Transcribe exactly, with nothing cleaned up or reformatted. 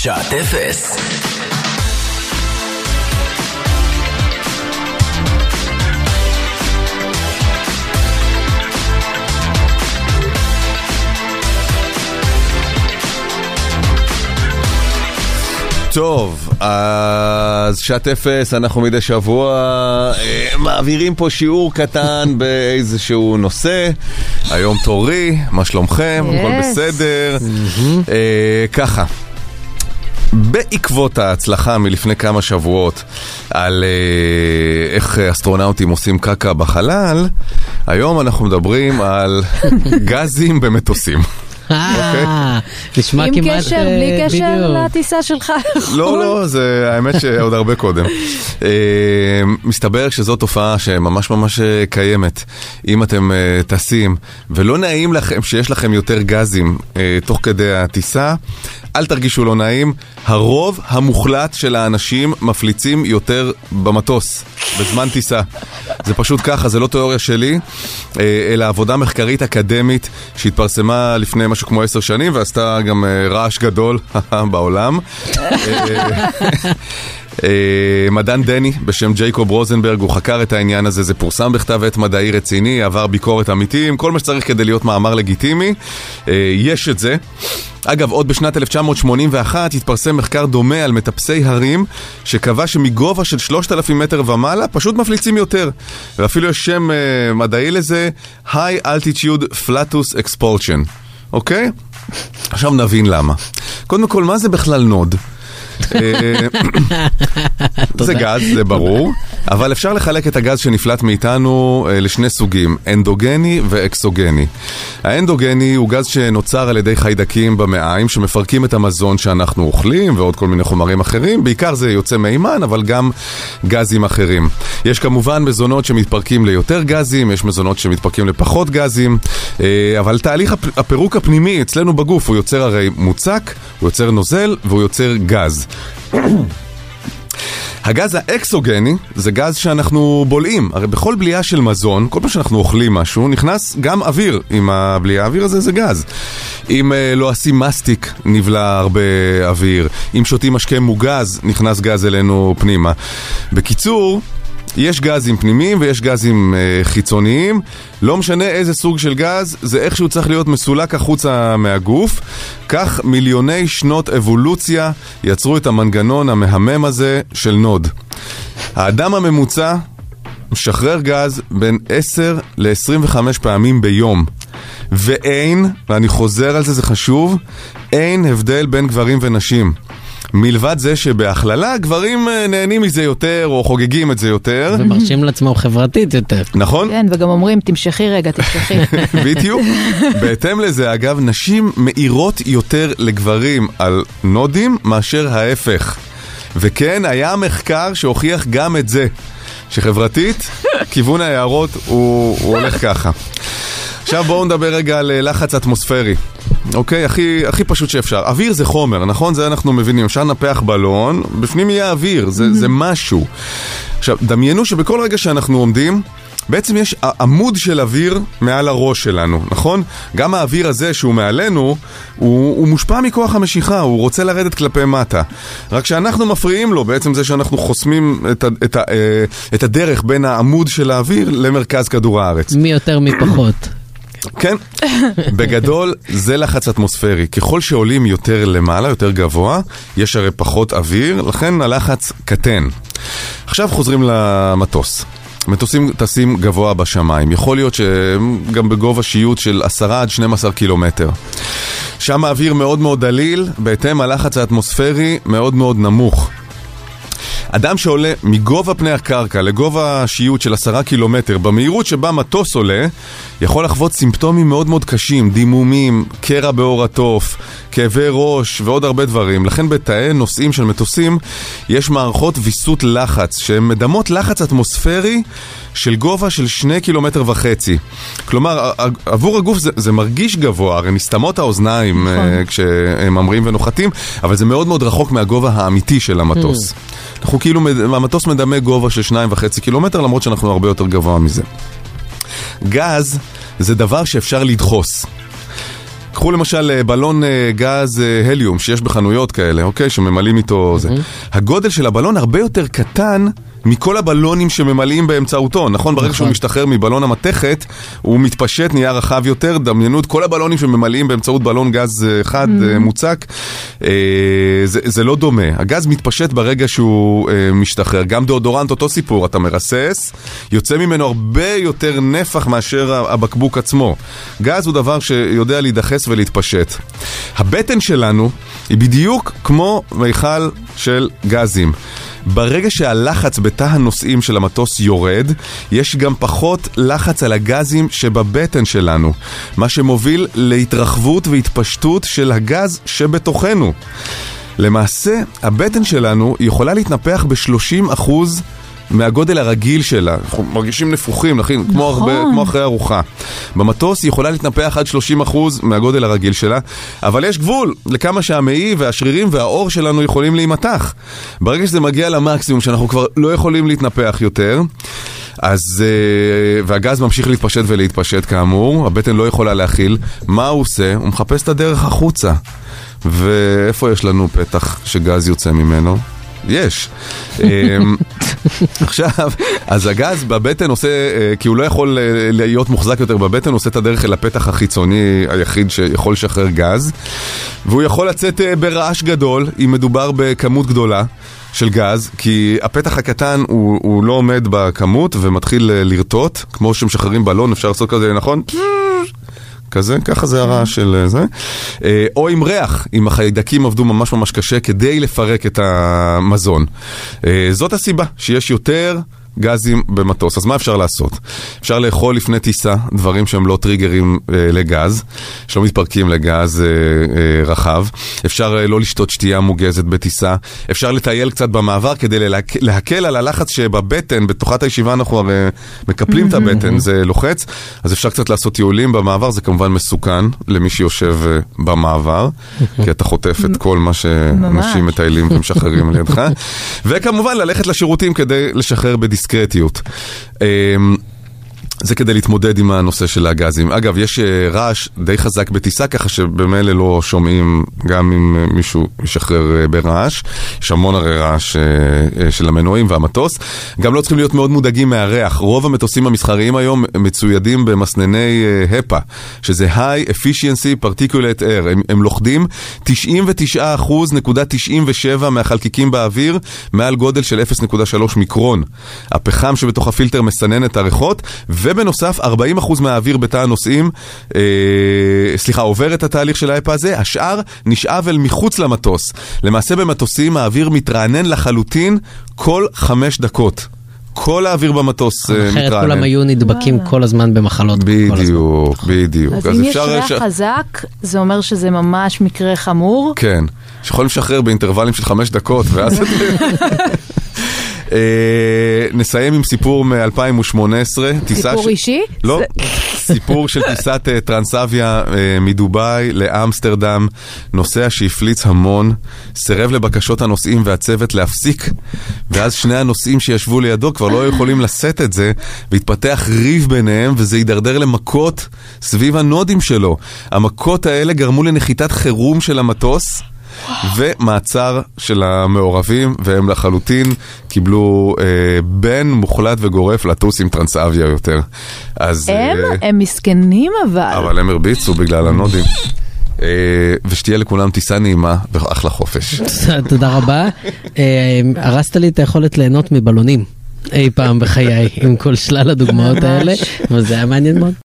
שעת אפס. טוב, אז שעת אפס, אנחנו מדי שבוע אה, מעבירים פה שיעור קטן באיזשהו נושא. היום תורי, מה שלומכם? Yes. הכל בסדר? Mm-hmm. אה, ככה. בעקבות ההצלחה מלפני כמה שבועות על אה, איך אסטרונאוטים עושים קקה בחלל, היום אנחנו מדברים על גזים במטוסים. נשמע עם כמעט קשר, בלי קשר לטיסה שלך. לא, לא, זה האמת שעוד הרבה קודם. מסתבר שזו תופעה שממש ממש קיימת. אם אתם טסים ולא נעים לכם שיש לכם יותר גזים תוך כדי הטיסה, אל תרגישו לא נעים. הרוב המוחלט של האנשים מפליצים יותר במטוס בזמן טיסה. זה פשוט ככה, זה לא תיאוריה שלי, אלא עבודה מחקרית אקדמית שהתפרסמה לפני משהו כמו עשר שנים ועשתה גם רעש גדול בעולם. מדען דני בשם ג'ייקוב רוזנברג, הוא חקר את העניין הזה, זה פורסם בכתב עת מדעי רציני, עבר ביקורת אמיתיים, כל מה שצריך כדי להיות מאמר לגיטימי, יש את זה. אגב, עוד בשנת אלף תשע מאות שמונים ואחת התפרסם מחקר דומה על מטפסי הרים, שקבע שמגובה של שלושת אלפים מטר ומעלה פשוט מפליצים יותר. ואפילו יש שם uh, מדעי לזה, High Altitude Flatus Expulsion. אוקיי? עכשיו נבין למה. קודם כל, מה זה בכלל נוד? זה גז, זה ברור, אבל אפשר לחלק את הגז שנפלט מאיתנו לשני סוגים, אנדוגני ואקסוגני. האנדוגני הוא גז שנוצר על ידי חיידקים במעיים שמפרקים את המזון שאנחנו אוכלים ועוד כל מיני חומרים אחרים, בעיקר זה יוצא מימן, אבל גם גזים אחרים. יש כמובן מזונות שמתפרקים ליותר גזים, יש מזונות שמתפרקים לפחות גזים, אבל תהליך הפירוק הפנימי אצלנו בגוף הוא יוצר הרי מוצק, הוא יוצר נוזל והוא יוצר גז. הגז האקסוגני זה גז שאנחנו בולעים. הרי בכל בליעה של מזון, כל פעם שאנחנו אוכלים משהו, נכנס גם אוויר. עם הבליעה האוויר הזה זה גז. אם אה, לא עושים מסטיק, נבלע הרבה אוויר. אם שותים משקה מוגז, נכנס גז אלינו פנימה. בקיצור, יש גזים פנימיים ויש גזים אה, חיצוניים. לא משנה איזה סוג של גז, זה איכשהו צריך להיות מסולק החוצה מהגוף. כך מיליוני שנות אבולוציה יצרו את המנגנון המהמם הזה של נוד. האדם הממוצע משחרר גז בין עשר ל-עשרים וחמש פעמים ביום. ואין, ואני חוזר על זה, זה חשוב, אין הבדל בין גברים ונשים. מלבד זה שבהכללה גברים נהנים מזה יותר או חוגגים את זה יותר ומרשים לעצמם חברתית יותר. נכון? כן, וגם אומרים תמשכי רגע, תמשכי. בדיוק. בהתאם לזה, אגב, נשים מאירות יותר לגברים על נודים מאשר ההפך. וכן, היה מחקר שהוכיח גם את זה, שחברתית, כיוון ההערות הוא, הוא הולך ככה. עכשיו בואו נדבר רגע על לחץ אטמוספרי. אוקיי, הכי, הכי פשוט שאפשר. אוויר זה חומר, נכון? זה אנחנו מבינים. אפשר לנפח בלון, בפנים יהיה אוויר, זה, זה משהו. עכשיו, דמיינו שבכל רגע שאנחנו עומדים, בעצם יש עמוד של אוויר מעל הראש שלנו, נכון? גם האוויר הזה שהוא מעלינו, הוא, הוא מושפע מכוח המשיכה, הוא רוצה לרדת כלפי מטה. רק שאנחנו מפריעים לו, בעצם זה שאנחנו חוסמים את, ה, את, ה, את הדרך בין העמוד של האוויר למרכז כדור הארץ. מי יותר מפחות. כן, בגדול זה לחץ אטמוספרי. ככל שעולים יותר למעלה, יותר גבוה, יש הרי פחות אוויר, לכן הלחץ קטן. עכשיו חוזרים למטוס. מטוסים טסים גבוה בשמיים. יכול להיות שגם בגובה שיוט של עשרה עד שנים עשר קילומטר. שם האוויר מאוד מאוד דליל, בהתאם הלחץ האטמוספרי מאוד מאוד נמוך. אדם שעולה מגובה פני הקרקע לגובה שיוט של עשרה קילומטר, במהירות שבה מטוס עולה, יכול לחוות סימפטומים מאוד מאוד קשים, דימומים, קרע בעור התוף, כאבי ראש ועוד הרבה דברים. לכן בתאי נוסעים של מטוסים יש מערכות ויסות לחץ, שהן מדמות לחץ אטמוספרי של גובה של שני קילומטר וחצי. כלומר, עבור הגוף זה, זה מרגיש גבוה, הרי נסתמות האוזניים uh, כשהם ממרים ונוחתים, אבל זה מאוד מאוד רחוק מהגובה האמיתי של המטוס. אנחנו כאילו, המטוס מדמה גובה של שניים וחצי קילומטר, למרות שאנחנו הרבה יותר גבוה מזה. גז זה דבר שאפשר לדחוס. קחו למשל בלון גז הליום שיש בחנויות כאלה, אוקיי? שממלאים איתו זה. הגודל של הבלון הרבה יותר קטן מכל הבלונים שממלאים באמצעותו, נכון? ברגע שהוא משתחרר מבלון המתכת, הוא מתפשט, נהיה רחב יותר, דמיינו את כל הבלונים שממלאים באמצעות בלון גז אחד מוצק, זה לא דומה. הגז מתפשט ברגע שהוא משתחרר. גם דאודורנט, אותו סיפור, אתה מרסס, יוצא ממנו הרבה יותר נפח מאשר הבקבוק עצמו. גז הוא דבר שיודע להידחס ולהתפשט. הבטן שלנו היא בדיוק כמו מיכל של גזים. ברגע שהלחץ בתא הנוסעים של המטוס יורד, יש גם פחות לחץ על הגזים שבבטן שלנו, מה שמוביל להתרחבות והתפשטות של הגז שבתוכנו. למעשה, הבטן שלנו יכולה להתנפח ב-שלושים אחוז מהגודל הרגיל שלה. אנחנו מרגישים נפוחים, נכון? כמו, הרבה, כמו אחרי ארוחה. במטוס היא יכולה להתנפח עד שלושים אחוז מהגודל הרגיל שלה, אבל יש גבול לכמה שהמעי והשרירים והאור שלנו יכולים להימתח. ברגע שזה מגיע למקסימום, שאנחנו כבר לא יכולים להתנפח יותר, אז, והגז ממשיך להתפשט ולהתפשט כאמור, הבטן לא יכולה להכיל. מה הוא עושה? הוא מחפש את הדרך החוצה. ואיפה יש לנו פתח שגז יוצא ממנו? יש. עכשיו, אז הגז בבטן עושה, כי הוא לא יכול להיות מוחזק יותר בבטן, הוא עושה את הדרך אל הפתח החיצוני היחיד שיכול לשחרר גז, והוא יכול לצאת ברעש גדול, אם מדובר בכמות גדולה של גז, כי הפתח הקטן הוא, הוא לא עומד בכמות ומתחיל לרטוט, כמו שמשחררים בלון, אפשר לעשות כזה, נכון? כזה, ככה זה הרעש של זה. או עם ריח, אם החיידקים עבדו ממש ממש קשה כדי לפרק את המזון. זאת הסיבה שיש יותר גזים במטוס. אז מה אפשר לעשות? אפשר לאכול לפני טיסה דברים שהם לא טריגרים אה, לגז, שלא מתפרקים לגז אה, אה, רחב. אפשר אה, לא לשתות שתייה מוגזת בטיסה. אפשר לטייל קצת במעבר כדי להק... להקל על הלחץ שבבטן, בתוכת הישיבה אנחנו הרי מקפלים את הבטן, זה לוחץ. אז אפשר קצת לעשות טיולים במעבר, זה כמובן מסוכן למי שיושב אה, במעבר, כי אתה חוטף את כל מה שאנשים מטיילים ומשחררים לידך. וכמובן ללכת לשירותים כדי לשחרר בדיסקרטיות. דיסקרטיות. זה כדי להתמודד עם הנושא של הגזים. אגב, יש רעש די חזק בטיסה, ככה שבמילא לא שומעים גם אם מישהו ישחרר ברעש. יש המון הרי רעש של המנועים והמטוס. גם לא צריכים להיות מאוד מודאגים מהריח. רוב המטוסים המסחריים היום מצוידים במסנני הפא, שזה High Efficiency Particulate Air. הם, הם לוכדים תשעים ותשעה אחוז נקודה תשעים ושבע מהחלקיקים באוויר, מעל גודל של אפס נקודה שלוש מיקרון. הפחם שבתוך הפילטר מסנן את הריחות, ובנוסף, ארבעים אחוז מהאוויר בתא הנוסעים, אה, סליחה, עובר את התהליך של האפא הזה, השאר נשאב אל מחוץ למטוס. למעשה במטוסים האוויר מתרענן לחלוטין כל חמש דקות. כל האוויר במטוס מתרענן. אחרת כולם היו נדבקים כל הזמן במחלות. בדיוק, בדיוק. אז אם יש ריח חזק, זה אומר שזה ממש מקרה חמור? כן, שיכולים לשחרר באינטרוולים של חמש דקות, ואז... נסיים עם סיפור מ-אלפיים ושמונה עשרה. סיפור אישי? לא, סיפור של טיסת טרנסאביה מדובאי לאמסטרדם. נוסע שהפליץ המון, סירב לבקשות הנוסעים והצוות להפסיק, ואז שני הנוסעים שישבו לידו כבר לא יכולים לשאת את זה, והתפתח ריב ביניהם, וזה יידרדר למכות סביב הנודים שלו. המכות האלה גרמו לנחיתת חירום של המטוס ומעצר של המעורבים, והם לחלוטין קיבלו אה, בן מוחלט וגורף לטוס עם טרנסאביה יותר. אז, הם? אה, הם מסכנים אבל. אבל הם הרביצו בגלל הנודים. אה, ושתהיה לכולם טיסה נעימה ואחלה חופש. תודה רבה. אה, הרסת לי את היכולת ליהנות מבלונים אי פעם בחיי, עם כל שלל הדוגמאות האלה, וזה היה מעניין מאוד.